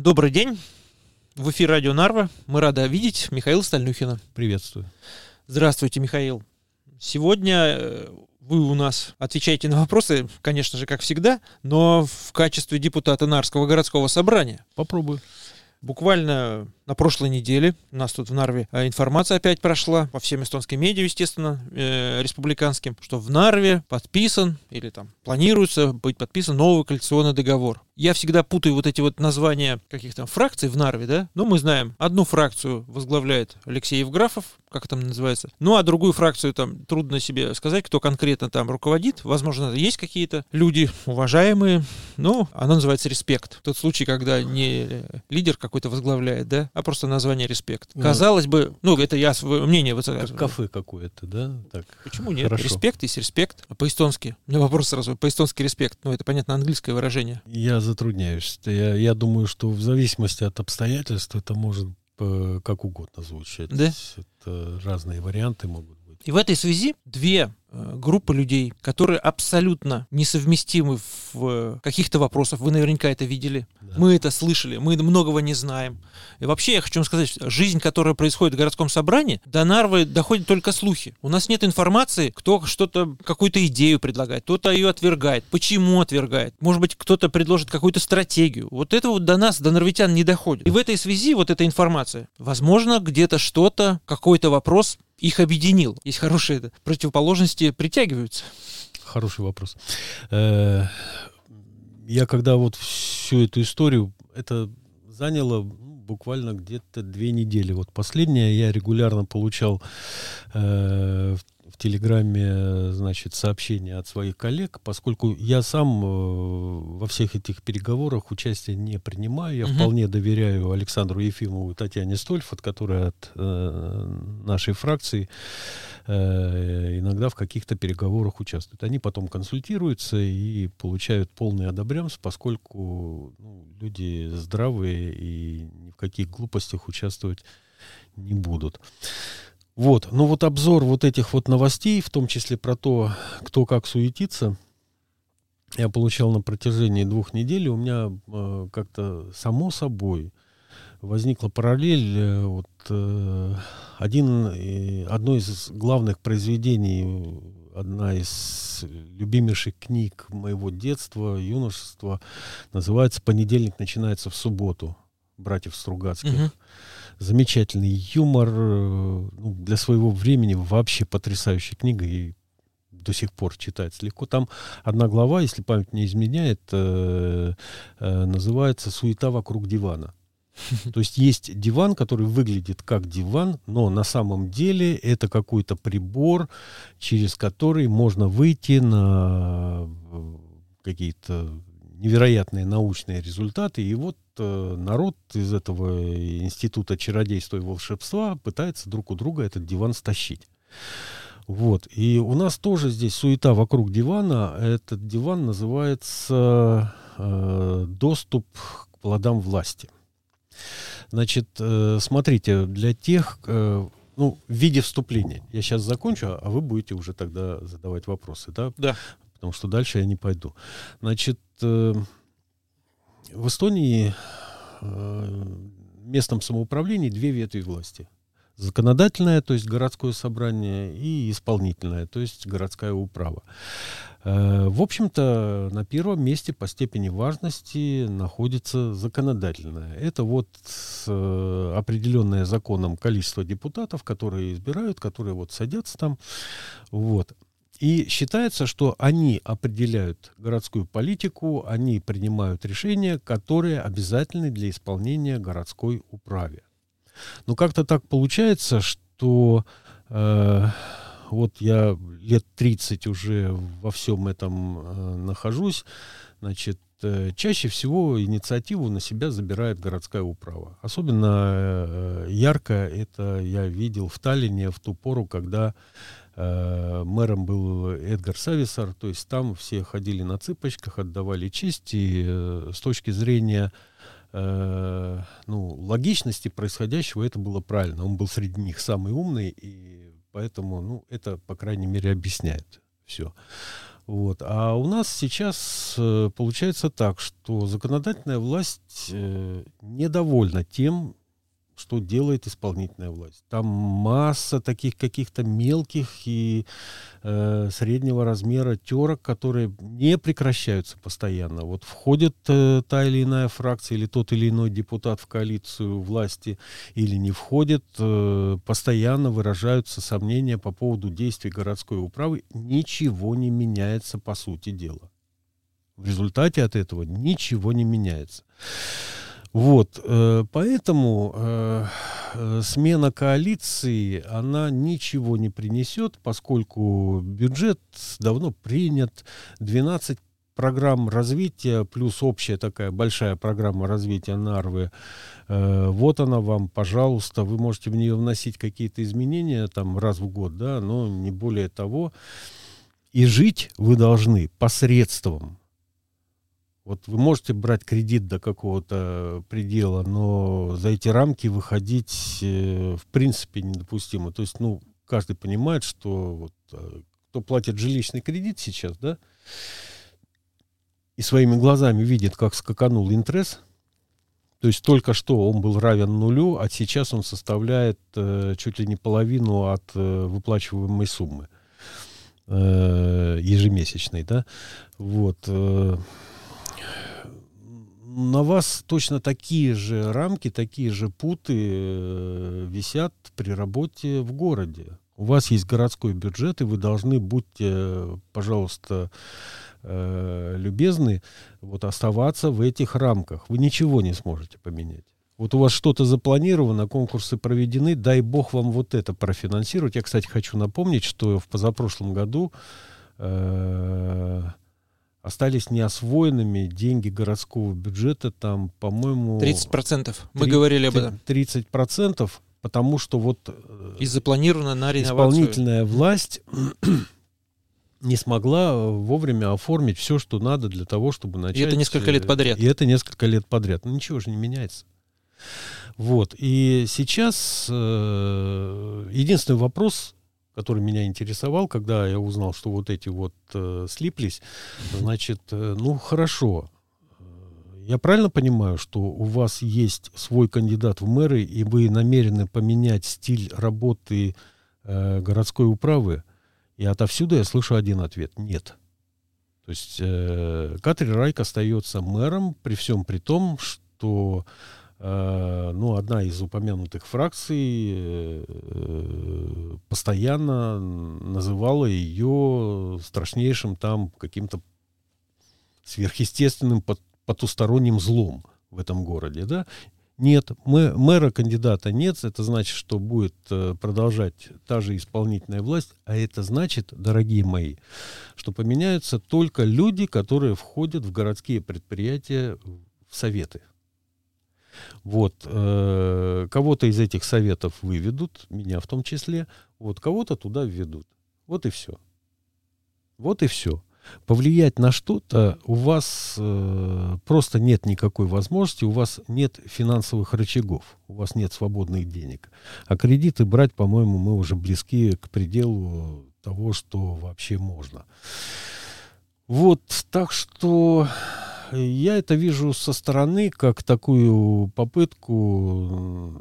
Добрый день. В эфире радио Нарва. Мы рады видеть Михаила Стальнюхина. Приветствую. Здравствуйте, Михаил. Сегодня вы у нас отвечаете на вопросы, конечно же, как всегда, но в качестве депутата Нарвского городского собрания. Попробую. Буквально на прошлой неделе у нас тут в Нарве информация опять прошла по всем эстонским медиа, естественно, республиканским, что в Нарве подписан или там планируется быть подписан новый коалиционный договор. Я всегда путаю вот эти вот названия каких-то фракций в Нарве, да? Но мы знаем, одну фракцию возглавляет Алексей Евграфов, как это называется. Ну, а другую фракцию там трудно себе сказать, кто конкретно там руководит. Возможно, есть какие-то люди уважаемые, но она называется «Респект». Тот случай, когда не лидер какой-то возглавляет, да, а просто название «Респект». Казалось бы, ну, это я свое мнение высказываю. Как кафе какое-то, да? Так. Почему нет? Хорошо. Респект есть респект. А по-эстонски? У меня вопрос сразу. По-эстонски респект. Ну, это, понятно, английское выражение. Я затрудняюсь. Я думаю, что в зависимости от обстоятельств это может как угодно звучать. Да? Это разные варианты могут быть. И в этой связи две группы людей, которые абсолютно несовместимы в каких-то вопросах. Вы наверняка это видели. Да. Мы это слышали. Мы многого не знаем. И вообще, я хочу вам сказать, жизнь, которая происходит в городском собрании, до Нарвы доходят только слухи. У нас нет информации, кто что-то, какую-то идею предлагает, кто-то ее отвергает, почему отвергает. Может быть, кто-то предложит какую-то стратегию. Вот это вот до нас, до нарвитян не доходит. И в этой связи вот эта информация, возможно, где-то что-то, какой-то вопрос их объединил. Есть хорошие противоположности, притягиваются. Хороший вопрос. Я когда вот всю эту историю, это заняло буквально где-то 2 недели. Вот последнее я регулярно получал в Телеграме, значит, сообщения от своих коллег, поскольку я сам во всех этих переговорах участия не принимаю. Я вполне доверяю Александру Ефимову и Татьяне Стольф, которая от нашей фракции иногда в каких-то переговорах участвуют. Они потом консультируются и получают полный одобрямс, поскольку люди здравые и ни в каких глупостях участвовать не будут. Вот, ну вот обзор вот этих вот новостей, в том числе про то, кто как суетится, я получал на протяжении 2 недель. У меня как-то само собой возникла параллель. Вот, одно из главных произведений, одна из любимейших книг моего детства, юношества, называется «Понедельник начинается в субботу» братьев Стругацких. Замечательный юмор, для своего времени вообще потрясающая книга, и до сих пор читается легко. Там одна глава, если память не изменяет, называется «Суета вокруг дивана». То есть есть диван, который выглядит как диван, но на самом деле это какой-то прибор, через который можно выйти на какие-то невероятные научные результаты. И вот народ из этого института чародейства и волшебства пытается друг у друга этот диван стащить. Вот. И у нас тоже здесь суета вокруг дивана. Этот диван называется «Доступ к плодам власти». Значит, смотрите, для тех, в виде вступления. Я сейчас закончу, а вы будете уже тогда задавать вопросы, да? Да. Потому что дальше я не пойду. Значит, в Эстонии в местном самоуправлении 2 ветви власти. Законодательное, то есть городское собрание, и исполнительное, то есть городская управа. В общем-то, на первом месте по степени важности находится законодательное. Это вот определенное законом количество депутатов, которые избирают, которые вот садятся там. Вот. И считается, что они определяют городскую политику, они принимают решения, которые обязательны для исполнения городской управе. Но как-то так получается, что вот я лет 30 уже во всем этом нахожусь, значит, чаще всего инициативу на себя забирает городская управа. Особенно ярко это я видел в Таллине в ту пору, когда мэром был Эдгар Сависар, то есть там все ходили на цыпочках, отдавали честь, и с точки зрения логичности происходящего это было правильно. Он был среди них самый умный, и поэтому это, по крайней мере, объясняет все. Вот. А у нас сейчас получается так, что законодательная власть недовольна тем, что делает исполнительная власть. Там масса таких каких-то мелких и среднего размера терок, которые не прекращаются постоянно. Вот входит та или иная фракция или тот или иной депутат в коалицию власти или не входит, постоянно выражаются сомнения по поводу действий городской управы. Ничего не меняется по сути дела. В результате от этого ничего не меняется. Вот, поэтому смена коалиции, она ничего не принесет, поскольку бюджет давно принят, 12 программ развития, плюс общая такая большая программа развития Нарвы, вот она вам, пожалуйста, вы можете в нее вносить какие-то изменения там раз в год, да, но не более того, и жить вы должны посредством. Вот вы можете брать кредит до какого-то предела, но за эти рамки выходить в принципе недопустимо. То есть, каждый понимает, что вот, кто платит жилищный кредит сейчас, да, и своими глазами видит, как скаканул интерес, то есть только что он был равен нулю, а сейчас он составляет чуть ли не половину от выплачиваемой суммы ежемесячной, да, вот. На вас точно такие же рамки, такие же путы висят при работе в городе. У вас есть городской бюджет, и вы должны, будьте, пожалуйста, любезны, вот оставаться в этих рамках. Вы ничего не сможете поменять. Вот у вас что-то запланировано, конкурсы проведены, дай бог вам вот это профинансировать. Я, кстати, хочу напомнить, что в позапрошлом году остались неосвоенными деньги городского бюджета, там, по-моему... 30%. Мы говорили об этом. 30%, потому что вот... И запланировано на реновацию. Исполнительная власть не смогла вовремя оформить все, что надо для того, чтобы начать... И это несколько лет подряд. И это несколько лет подряд. Ну, ничего же не меняется. Вот. И сейчас единственный вопрос, который меня интересовал, когда я узнал, что вот эти вот слиплись, значит, хорошо. Я правильно понимаю, что у вас есть свой кандидат в мэры, и вы намерены поменять стиль работы городской управы? И отовсюду я слышу один ответ: нет. То есть Катри Райк остается мэром, при всем при том, что одна из упомянутых фракций постоянно называла ее страшнейшим там каким-то сверхъестественным потусторонним злом в этом городе, да? Нет, мэра кандидата нет, это значит, что будет продолжать та же исполнительная власть, а это значит, дорогие мои, что поменяются только люди, которые входят в городские предприятия, в советы. Вот, кого-то из этих советов выведут, меня в том числе, вот кого-то туда введут. Вот и все. Вот и все. Повлиять на что-то у вас просто нет никакой возможности, у вас нет финансовых рычагов, у вас нет свободных денег. А кредиты брать, по-моему, мы уже близки к пределу того, что вообще можно. Вот, так что... Я это вижу со стороны как такую попытку,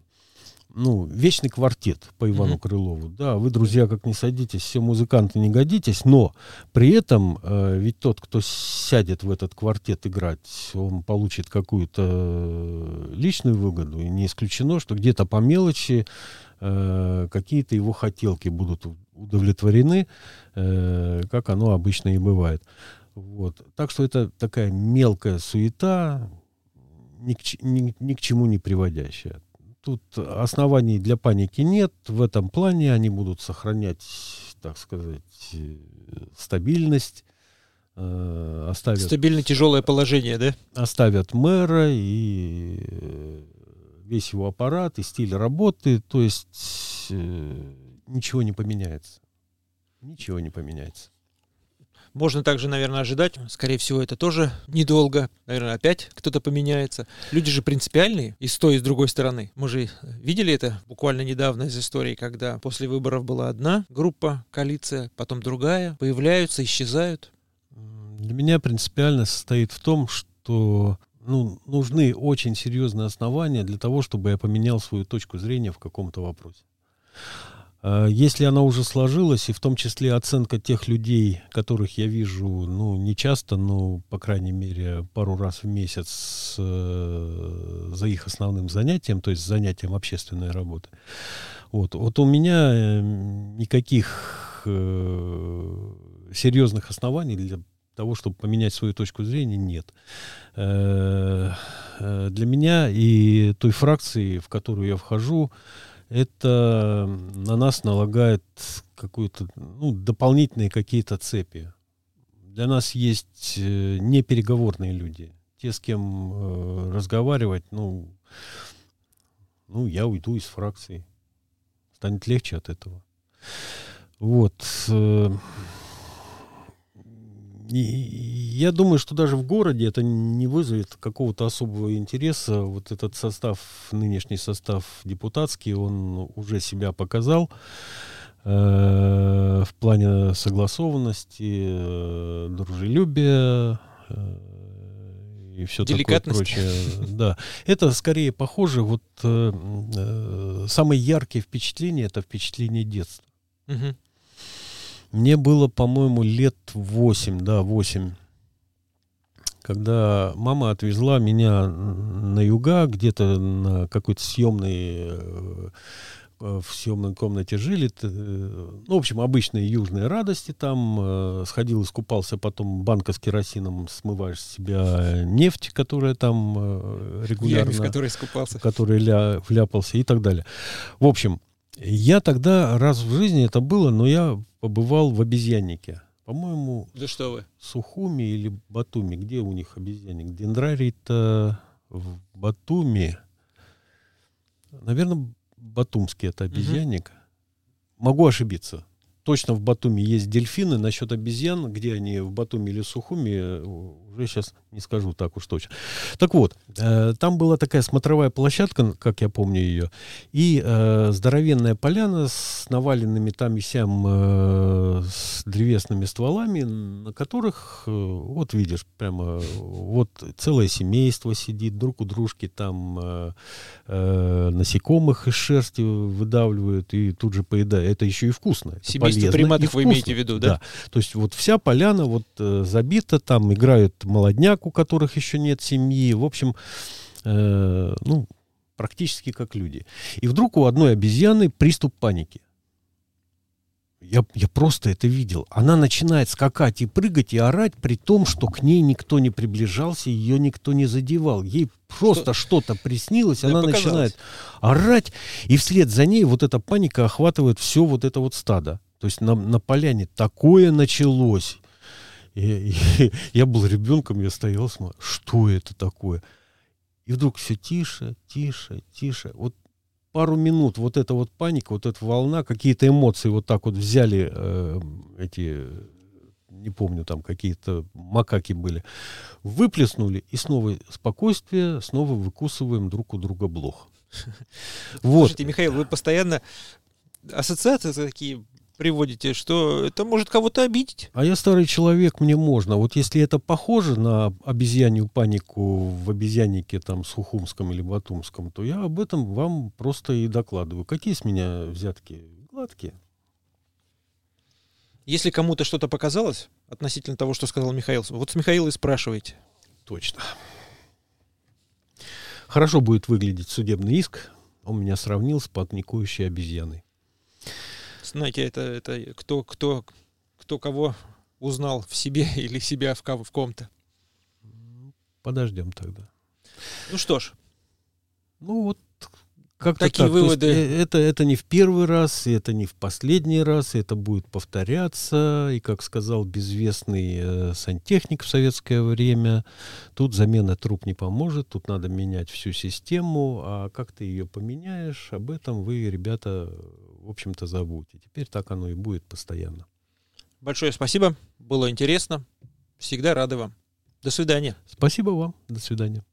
вечный квартет по Ивану Крылову. Да, вы, друзья, как не садитесь, все музыканты не годитесь, но при этом ведь тот, кто сядет в этот квартет играть, он получит какую-то личную выгоду, и не исключено, что где-то по мелочи какие-то его хотелки будут удовлетворены, как оно обычно и бывает. Вот. Так что это такая мелкая суета, ни к чему не приводящая. Тут оснований для паники нет. В этом плане они будут сохранять, так сказать, стабильность. Стабильно тяжелое положение, да? Оставят мэра и весь его аппарат, и стиль работы. То есть ничего не поменяется. Ничего не поменяется. Можно также, наверное, ожидать, скорее всего, это тоже недолго, наверное, опять кто-то поменяется. Люди же принципиальные и с той, и с другой стороны. Мы же видели это буквально недавно из истории, когда после выборов была одна группа, коалиция, потом другая, появляются, исчезают. Для меня принципиальность состоит в том, что нужны очень серьезные основания для того, чтобы я поменял свою точку зрения в каком-то вопросе. Если она уже сложилась, и в том числе оценка тех людей, которых я вижу, не часто, но, по крайней мере, пару раз в месяц за их основным занятием, то есть занятием общественной работы. Вот у меня никаких серьезных оснований для того, чтобы поменять свою точку зрения, нет. Для меня и той фракции, в которую я вхожу, это на нас налагает какую-то, дополнительные какие-то цепи. Для нас есть непереговорные люди. Те, с кем разговаривать, я уйду из фракции. Станет легче от этого. Вот. И я думаю, что даже в городе это не вызовет какого-то особого интереса. Вот этот нынешний состав депутатский, он уже себя показал в плане согласованности, дружелюбия и все такое прочее. Да. Это скорее похоже, самые яркие впечатления — это впечатление детства. Угу. Мне было, по-моему, лет 8, когда мама отвезла меня на юга, где-то на какой-то в съемной комнате жили. В общем, обычные южные радости там. Сходил, искупался, потом банка с керосином, смываешь с себя нефть, которая там регулярно... в которой искупался. В которой вляпался и так далее. В общем, я тогда раз в жизни это было, но я побывал в обезьяннике. По-моему, да что вы? Сухуми или Батуми. Где у них обезьянник? Дендрарий-то в Батуми. Наверное, батумский это обезьянник. Могу ошибиться. Точно в Батуми есть дельфины. Насчет обезьян, где они, в Батуми или Сухуми, уже сейчас не скажу так уж точно. Так вот, там была такая смотровая площадка, как я помню ее, и здоровенная поляна с наваленными там и сям с древесными стволами, на которых, вот видишь, прямо вот целое семейство сидит, друг у дружки там насекомых из шерсти выдавливают и тут же поедают. Это еще и вкусно. Семейство приматов вы имеете в виду, да? То есть вот вся поляна забита, там играют молодняк, у которых еще нет семьи. В общем, практически как люди. И вдруг у одной обезьяны приступ паники. Я просто это видел. Она начинает скакать и прыгать, и орать, при том, что к ней никто не приближался, ее никто не задевал. Ей просто что-то приснилось, она начинает орать, и вслед за ней вот эта паника охватывает все вот это вот стадо. То есть на поляне такое началось. Я был ребенком, я стоял, смотрел, что это такое? И вдруг все тише, тише, тише. Вот пару минут вот эта вот паника, вот эта волна, какие-то эмоции вот так вот взяли не помню, там какие-то макаки были, выплеснули, и снова спокойствие, снова выкусываем друг у друга блох. Слушайте, Михаил, вы постоянно ассоциации такие приводите, что это может кого-то обидеть. А я старый человек, мне можно. Вот если это похоже на обезьянью панику в обезьяннике там Сухумском или Батумском, то я об этом вам просто и докладываю. Какие с меня взятки? Гладкие. Если кому-то что-то показалось относительно того, что сказал Михаил, вот с Михаила и спрашивайте. Точно. Хорошо будет выглядеть судебный иск. Он меня сравнил с паникующей обезьяной. Знаете, это кто кого узнал в себе или себя в ком-то. Подождем тогда. Ну что ж. Ну вот как-то такие так. выводы. Это не в первый раз, и это не в последний раз, и это будет повторяться. И, как сказал безвестный сантехник в советское время, тут замена труб не поможет, тут надо менять всю систему, а как ты ее поменяешь, об этом вы, ребята, в общем-то, забудьте. Теперь так оно и будет постоянно. большое спасибо. Было интересно. Всегда рады вам. До свидания. Спасибо вам. До свидания.